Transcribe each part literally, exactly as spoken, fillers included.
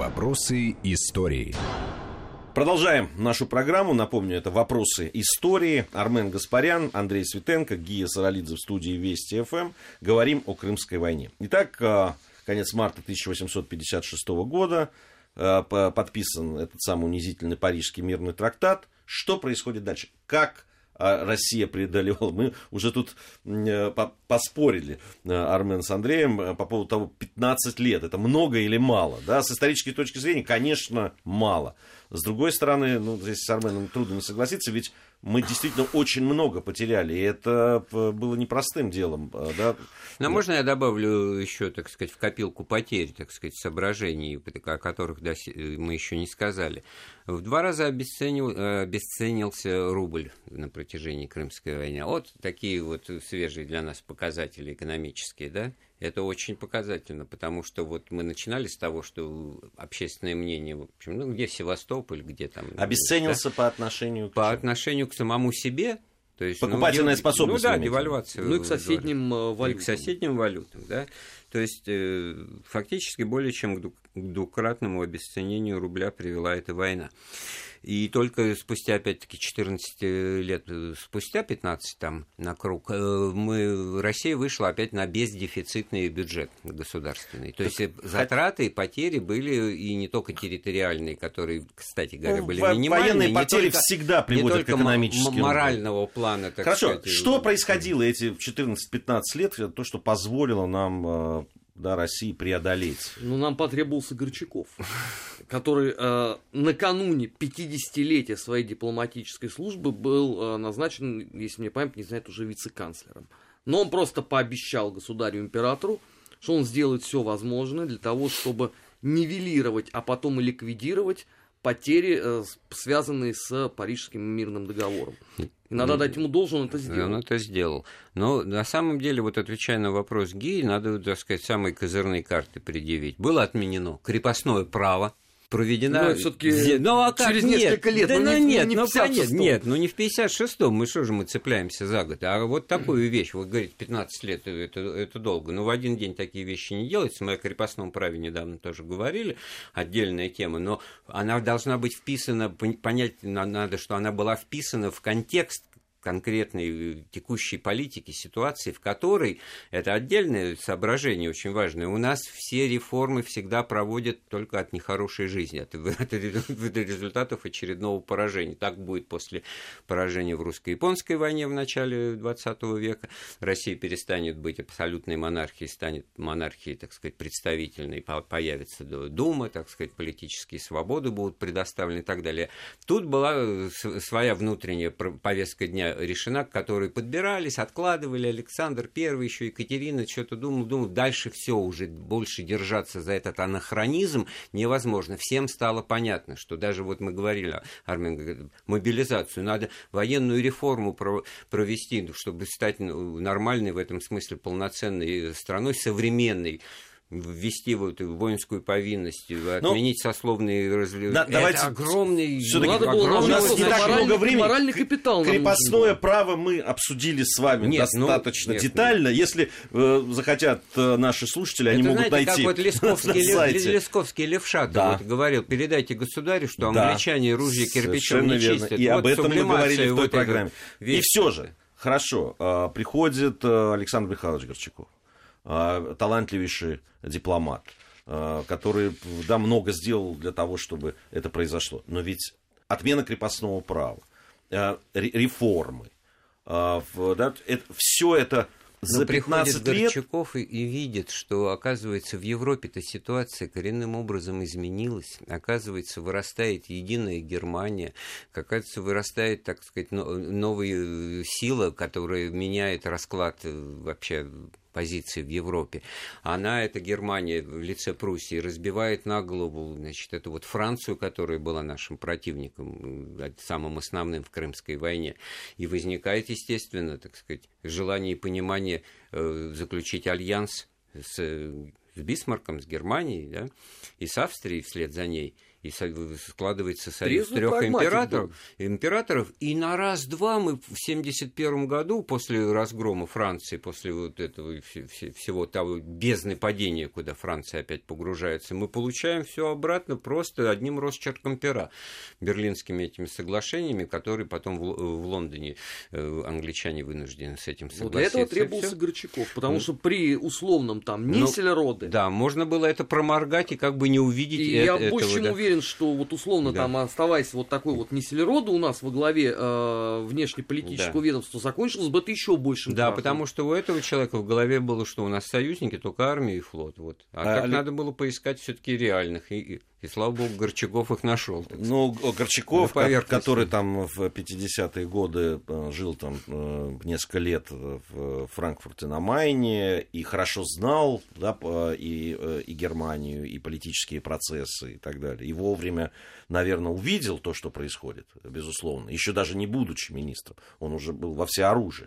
Вопросы истории. Продолжаем нашу программу. Напомню, это «Вопросы истории». Армен Гаспарян, Андрей Светенко, Гия Саралидзе в студии Вести ФМ. Говорим о Крымской войне. Итак, конец марта тысяча восемьсот пятьдесят шестого года. Подписан этот самый унизительный Парижский мирный трактат. Что происходит дальше? Как Россия преодолевала? Мы уже тут поспорили, Армен с Андреем, по поводу того, пятнадцать лет. Это много или мало? Да? С исторической точки зрения, конечно, мало. С другой стороны, ну, здесь с Арменом трудно не согласиться, ведь мы действительно очень много потеряли, и это было непростым делом. Да? Но можно я добавлю еще, так сказать, в копилку потерь, так сказать, соображений, о которых мы еще не сказали. В два раза обесценил, обесценился рубль на протяжении Крымской войны. Вот такие вот свежие для нас показатели экономические, да? Это очень показательно, потому что вот мы начинали с того, что общественное мнение, в общем, ну, где Севастополь, где там... Обесценился, да? по отношению к... По отношению к самому себе. То есть, покупательная ну, способность. Ну да, девальвация. Ну и к соседним валютам. И к соседним валютам, да. То есть, э, фактически более чем к двукратному обесценению рубля привела эта война. И только спустя, опять-таки, четырнадцать лет спустя, пятнадцать там на круг, мы, Россия вышла опять на бездефицитный бюджет государственный. То так, есть затраты и потери были и не только территориальные, которые, кстати говоря, были ну, минимальные. Военные потери только, всегда приводят к экономическим. М- морального плана, так Хорошо, сказать. Что происходило эти четырнадцать-пятнадцать лет, то, что позволило нам... Да, России преодолеть? Ну, нам потребовался Горчаков, который э, накануне пятидесятилетия своей дипломатической службы был э, назначен, если мне память не знает, уже вице-канцлером. Но он просто пообещал государю-императору, что он сделает все возможное для того, чтобы нивелировать, а потом и ликвидировать потери, э, связанные с Парижским мирным договором. И надо дать ему должное, он это сделал. Он это сделал. Но на самом деле, вот отвечая на вопрос Гии, надо, так сказать, самые козырные карты предъявить. Было отменено крепостное право. Проведена... Ну, все-таки ну, а через нет? несколько лет, да, ну, ну, не, нет, не ну, в пятьдесят шестом. Нет, ну не в пятьдесят шестом, мы что же мы цепляемся за год. А вот такую вещь, вы говорите, пятнадцать лет, это, это долго. Но в один день такие вещи не делаются. Мы о крепостном праве недавно тоже говорили, отдельная тема, но она должна быть вписана, понять надо, что она была вписана в контекст конкретной текущей политики, ситуации, в которой, это отдельное соображение очень важное, у нас все реформы всегда проводят только от нехорошей жизни, от, от, от результатов очередного поражения. Так будет после поражения в русско-японской войне в начале двадцатого века. Россия перестанет быть абсолютной монархией, станет монархией, так сказать, представительной, появится Дума, так сказать, политические свободы будут предоставлены и так далее. Тут была своя внутренняя повестка дня решена, к которой подбирались, откладывали. Александр Первый, еще Екатерина, что-то думал, думал, дальше все уже, больше держаться за этот анахронизм невозможно. Всем стало понятно, что даже вот мы говорили, Армен, мобилизацию, надо военную реформу провести, чтобы стать нормальной в этом смысле полноценной страной, современной, ввести вот воинскую повинность, отменить ну, сословные развлечения. Да, давайте огромный... Надо было у нас не так много времени. Моральный капитал. Крепостное право мы обсудили с вами нет, достаточно ну, нет, детально. Нет. Если э, захотят э, наши слушатели, это, они могут знаете, найти как вот Лесковский, Лесковский Левша да. вот говорил, передайте государю, что да. англичане ружья кирпичом не чистят. И вот об этом мы говорили в той программе. И все же, хорошо, э, приходит э, Александр Михайлович Горчаков. Талантливейший дипломат, который, да, много сделал для того, чтобы это произошло. Но ведь отмена крепостного права, реформы, да, это, все это за пятнадцать лет... Горчаков и, и видит, что, оказывается, в Европе-то ситуация коренным образом изменилась. Оказывается, вырастает единая Германия, оказывается, вырастает, так сказать, новая сила, которая меняет расклад вообще позиции в Европе. Она, эта Германия в лице Пруссии, разбивает на голову, значит, эту вот Францию, которая была нашим противником, самым основным в Крымской войне. И возникает, естественно, так сказать, желание и понимание э, заключить альянс с, с Бисмарком, с Германией, да, и с Австрией вслед за ней. И складывается союз Трезвый трех прагматик императоров, императоров. И на раз-два мы в семьдесят первом году, после разгрома Франции, после вот этого всего того бездны падения, куда Франция опять погружается, мы получаем все обратно просто одним росчерком пера, берлинскими этими соглашениями, которые потом в, в Лондоне э, англичане вынуждены с этим согласиться. Вот для этого требовался Горчаков, потому что при условном там Нисельроде... Да, можно было это проморгать и как бы не увидеть и э- я этого. больше чем да. уверен, что вот условно Да. там, оставаясь вот такой вот Нисельроде у нас во главе э, внешнеполитического Да. ведомства, закончилось бы это еще большим Да, крахом. потому что у этого человека в голове было, что у нас союзники, только армия и флот. Вот. А, а так Олег... надо было поискать все-таки реальных. И, и, и, слава богу, Горчаков их нашел. Ну, Горчаков, который там в пятидесятые годы жил там несколько лет в Франкфурте на Майне и хорошо знал, да, и, и Германию, и политические процессы и так далее. И вовремя, наверное, увидел то, что происходит, безусловно. Еще даже не будучи министром. Он уже был во всеоружии.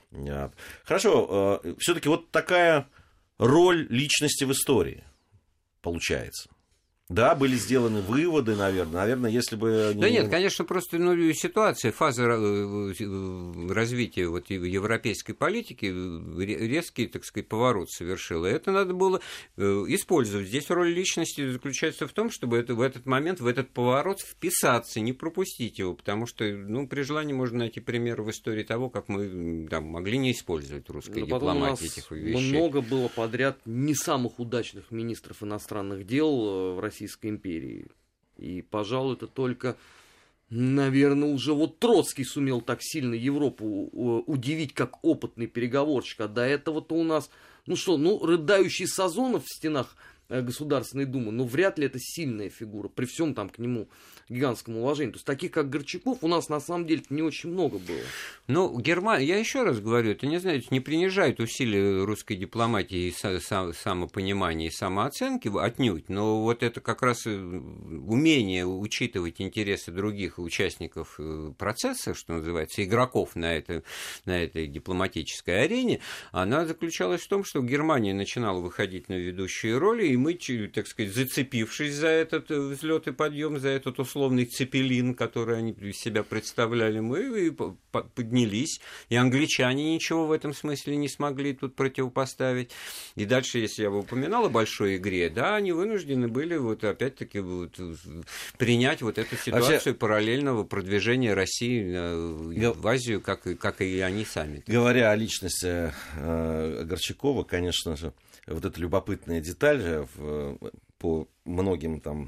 Хорошо, все-таки вот такая роль личности в истории получается. Да, были сделаны выводы, наверное. Наверное, если бы... Да нет, конечно, просто ну, ситуация, фаза развития вот, европейской политики резкий, так сказать, поворот совершила. Это надо было использовать. Здесь роль личности заключается в том, чтобы это, в этот момент, в этот поворот вписаться, не пропустить его, потому что ну, при желании можно найти пример в истории того, как мы там, могли не использовать русской дипломатии этих вещей. Много было подряд не самых удачных министров иностранных дел в России. Российской империи. И, пожалуй, это только, наверное, уже вот Троцкий сумел так сильно Европу удивить, как опытный переговорщик. А до этого-то у нас, ну что, ну, рыдающий Сазонов в стенах Государственной Думы, но вряд ли это сильная фигура, при всем там к нему гигантскому уважению. То есть таких, как Горчаков, у нас на самом деле не очень много было. Ну, Германия, я еще раз говорю, это не, знаете, не принижает усилия русской дипломатии и са- самопонимания и самооценки отнюдь, но вот это как раз умение учитывать интересы других участников процесса, что называется, игроков на, это, на этой дипломатической арене, она заключалась в том, что Германия начинала выходить на ведущие роли, и мы, так сказать, зацепившись за этот взлет и подъем, за этот условный цепелин, который они из себя представляли, мы поднялись, и англичане ничего в этом смысле не смогли тут противопоставить. И дальше, если я бы упоминал о большой игре, да, они вынуждены были вот опять-таки вот принять вот эту ситуацию Вообще, параллельного продвижения России в Азию, как, как и они сами. Говоря о личности э, Горчакова, конечно же, вот эта любопытная деталь в, по многим там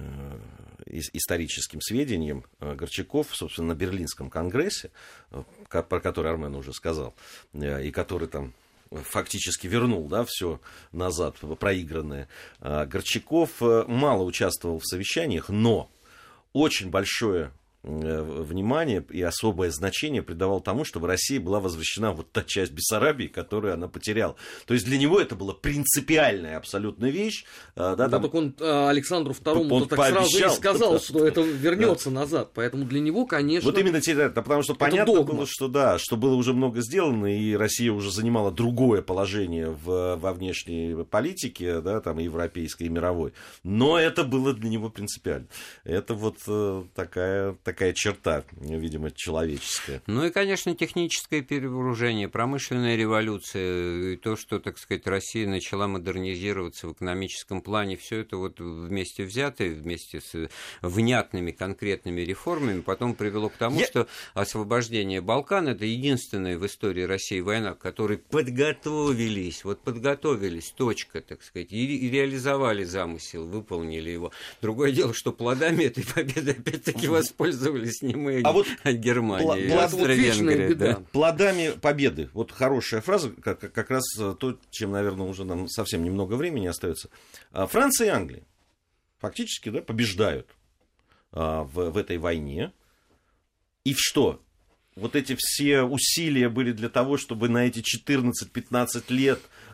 э, историческим сведениям, Горчаков, собственно, на Берлинском конгрессе, про который Армен уже сказал, э, и который там фактически вернул, да, все назад, проигранное, э, Горчаков мало участвовал в совещаниях, но очень большое внимание и особое значение придавал тому, чтобы Россия была возвращена вот та часть Бессарабии, которую она потеряла. То есть для него это была принципиальная абсолютно вещь. Да, да там... так он Александру Второму так сразу и сказал, что это вернется да. назад. Поэтому для него, конечно... Вот именно территория, потому что понятно догма. было, что да, что было уже много сделано, и Россия уже занимала другое положение в, во внешней политике, да, там, европейской и мировой. Но это было для него принципиально. Это вот э, такая... такая черта, видимо, человеческая. Ну и, конечно, техническое перевооружение, промышленная революция, и то, что, так сказать, Россия начала модернизироваться в экономическом плане, все это вот вместе взятое, вместе с внятными конкретными реформами, потом привело к тому, Я... что освобождение Балкан — это единственная в истории России война, к которой подготовились, вот подготовились, точка, так сказать, и, и реализовали замысел, выполнили его. Другое дело, что плодами этой победы опять-таки воспользовались не мы, а, а вот Германия, пл- Австро-Венгрия. Да. Плодами победы. Вот хорошая фраза, как, как раз то, чем, наверное, уже нам совсем немного времени остается. Франция и Англия фактически да, побеждают а, в, в этой войне. И что? Вот эти все усилия были для того, чтобы на эти четырнадцать-пятнадцать лет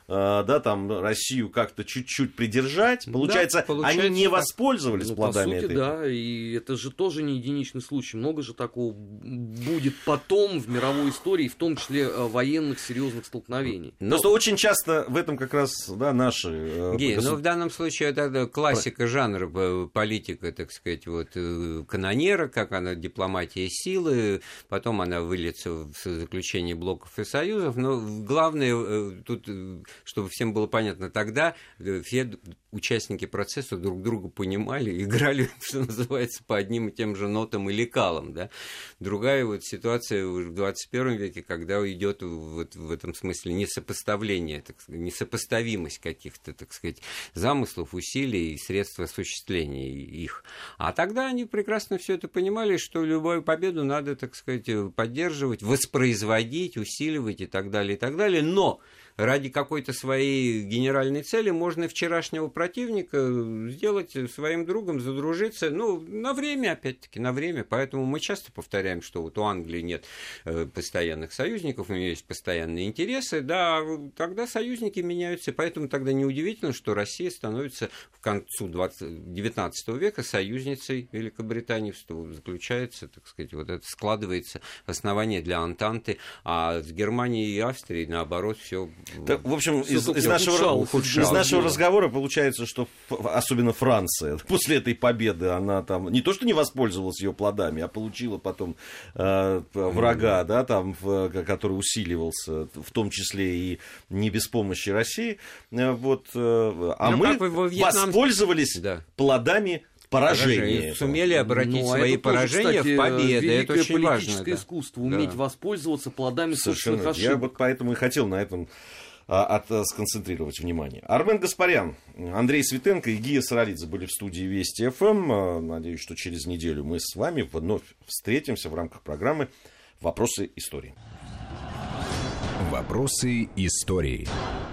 да, там, Россию как-то чуть-чуть придержать. Получается, да, получается они не так. воспользовались ну, плодами по сути, этой... да, и это же тоже не единичный случай. Много же такого будет потом в мировой истории, в том числе военных серьезных столкновений. Но что очень часто в этом как раз, да, наши... Гей, государ... ну, в данном случае это классика жанра, политика, так сказать, вот, канонера, как она, дипломатия силы, потом она выльется в заключение блоков и союзов, но главное тут, чтобы всем было понятно, тогда все участники процесса друг друга понимали, играли, что называется, по одним и тем же нотам и лекалам, да. Другая вот ситуация в двадцать первом веке, когда идет вот в этом смысле несопоставление, так сказать, несопоставимость каких-то, так сказать, замыслов, усилий и средств осуществления их. А тогда они прекрасно все это понимали, что любую победу надо, так сказать, поддерживать, воспроизводить, усиливать и так далее, и так далее. Но ради какой-то своей генеральной цели можно и вчерашнего противника сделать своим другом, задружиться, ну, на время, опять-таки, на время. Поэтому мы часто повторяем, что вот у Англии нет постоянных союзников, у нее есть постоянные интересы, да, тогда союзники меняются, поэтому тогда неудивительно, что Россия становится к концу девятнадцатого века союзницей Великобритании, заключается, так сказать, вот это складывается основание для Антанты, а с Германией и Австрией, наоборот, все. Так, в общем, из, из нашего, из нашего разговора получается, что особенно Франция после этой победы, она там не то что не воспользовалась ее плодами, а получила потом э, врага, да, там, в, который усиливался, в том числе и не без помощи России. Вот, э, а ну, мы Вьетнам... воспользовались да. плодами поражения. Сумели обратить ну, свои поражения тоже, кстати, в победы. Это очень важно. Политическое да. искусство, уметь да. воспользоваться плодами собственных ошибок. Я вот поэтому и хотел на этом а, от, сконцентрировать внимание. Армен Гаспарян, Андрей Светенко и Гия Саралидзе были в студии Вести ФМ. Надеюсь, что через неделю мы с вами вновь встретимся в рамках программы «Вопросы истории». Вопросы истории.